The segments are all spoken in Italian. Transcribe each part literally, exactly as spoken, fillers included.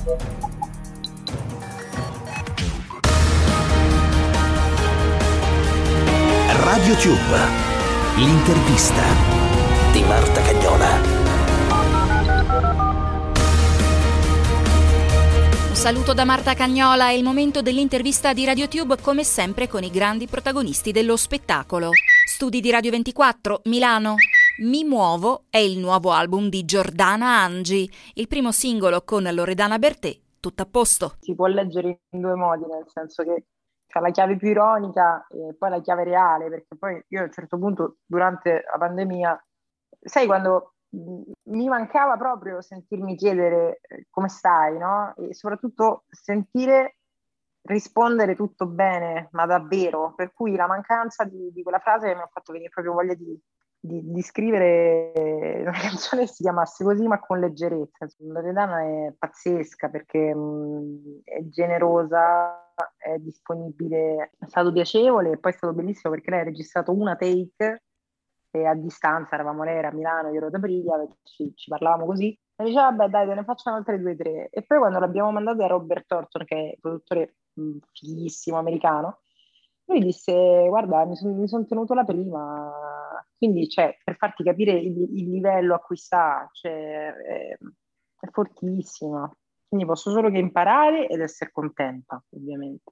RadioTube, l'intervista di Marta Cagnola. Un saluto da Marta Cagnola, è il momento dell'intervista di RadioTube, come sempre con i grandi protagonisti dello spettacolo. Studi di Radio ventiquattro, Milano. Mi muovo è il nuovo album di Giordana Angi, il primo singolo con Loredana Bertè, Tutto a posto. Si può leggere in due modi, nel senso che c'è la chiave più ironica e poi la chiave reale, perché poi io a un certo punto durante la pandemia, sai, quando mi mancava proprio sentirmi chiedere come stai, no? E soprattutto sentire rispondere tutto bene, ma davvero, per cui la mancanza di, di quella frase mi ha fatto venire proprio voglia di, di, di scrivere una canzone che si chiamasse così, ma con leggerezza. Loredana è pazzesca perché mh, è generosa, è disponibile, è stato piacevole e poi è stato bellissimo perché lei ha registrato una take e a distanza, eravamo lei era a Milano, io ero da Briglia, ci, ci parlavamo così e diceva vabbè dai te ne facciano altre due o tre, e poi quando l'abbiamo mandato a Robert Thornton, che è un produttore mh, fighissimo americano, lui disse guarda mi sono son tenuto la prima, quindi cioè, per farti capire il, il livello a cui sta, cioè, è, è fortissima, quindi posso solo che imparare ed essere contenta, ovviamente.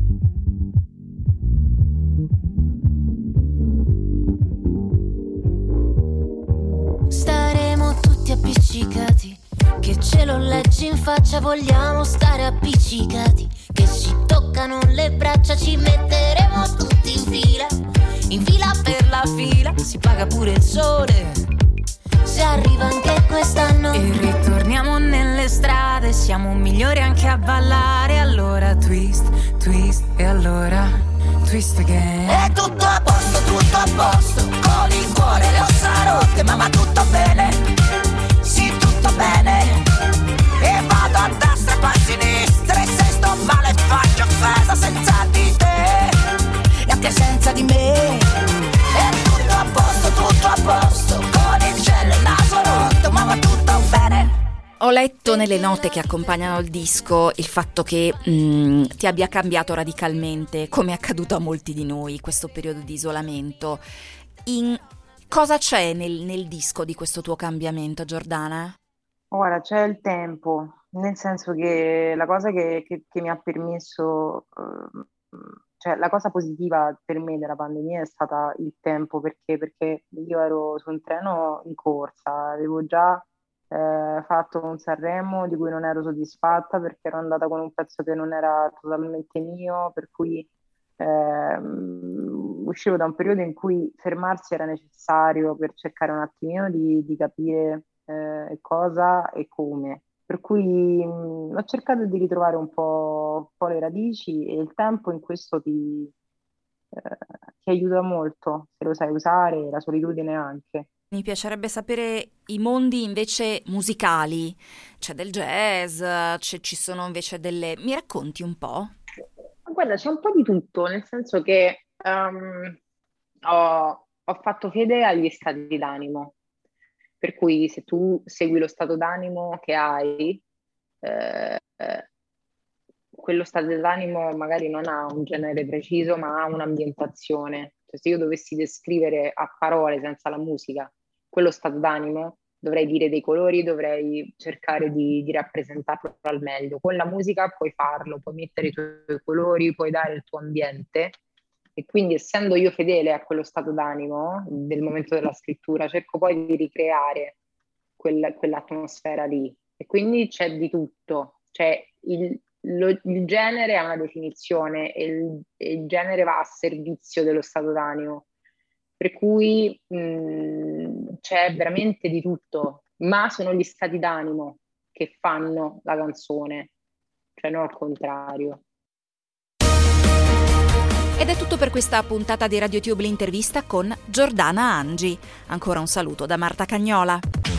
Staremo tutti appiccicati, che ce lo leggi in faccia, vogliamo stare appiccicati, che ci toccano le braccia, ci metteremo tutti in fila, in fila per la fila, si paga pure il sole, se arriva anche quest'anno. E ritorniamo nelle strade, siamo migliori anche a ballare, allora twist, twist, e allora twist again. È tutto a posto, tutto a posto, con il cuore le ossa rotte, ma va tutto bene, sì tutto bene. E vado a destra e poi a sinistra, e se sto male faccio offesa senza di te, e anche senza di me. È tutto a posto, tutto a posto, con il cielo e il naso rotto, ma va tutto bene. Ho letto nelle note che accompagnano il disco il fatto che mh, ti abbia cambiato radicalmente, come è accaduto a molti di noi, questo periodo di isolamento. In cosa c'è nel, nel disco di questo tuo cambiamento, Giordana? Ora c'è il tempo, nel senso che la cosa che, che, che mi ha permesso, eh, cioè la cosa positiva per me della pandemia è stata il tempo, perché, perché io ero su un treno in corsa, avevo già eh, fatto un Sanremo di cui non ero soddisfatta perché ero andata con un pezzo che non era totalmente mio, per cui eh, uscivo da un periodo in cui fermarsi era necessario per cercare un attimino di, di capire eh, cosa e come. Per cui mh, ho cercato di ritrovare un po', un po' le radici, e il tempo in questo ti, eh, ti aiuta molto, se lo sai usare, la solitudine anche. Mi piacerebbe sapere i mondi invece musicali, c'è del jazz, c'è, ci sono invece delle... Mi racconti un po'? Guarda, c'è un po' di tutto, nel senso che um, ho, ho fatto fede agli stati d'animo, per cui se tu segui lo stato d'animo che hai, eh, eh, quello stato d'animo magari non ha un genere preciso, ma ha un'ambientazione. Cioè, se io dovessi descrivere a parole, senza la musica, quello stato d'animo, dovrei dire dei colori, dovrei cercare di, di rappresentarlo al meglio. Con la musica puoi farlo, puoi mettere i tuoi colori, puoi dare il tuo ambiente, e quindi essendo io fedele a quello stato d'animo del momento della scrittura, cerco poi di ricreare quel, quell'atmosfera lì, e quindi c'è di tutto, cioè il, lo, il genere ha una definizione e il, e il genere va a servizio dello stato d'animo, per cui mh, c'è veramente di tutto, ma sono gli stati d'animo che fanno la canzone, cioè non al contrario. Ed è tutto per questa puntata di RadioTube, l'intervista con Giordana Angi. Ancora un saluto da Marta Cagnola.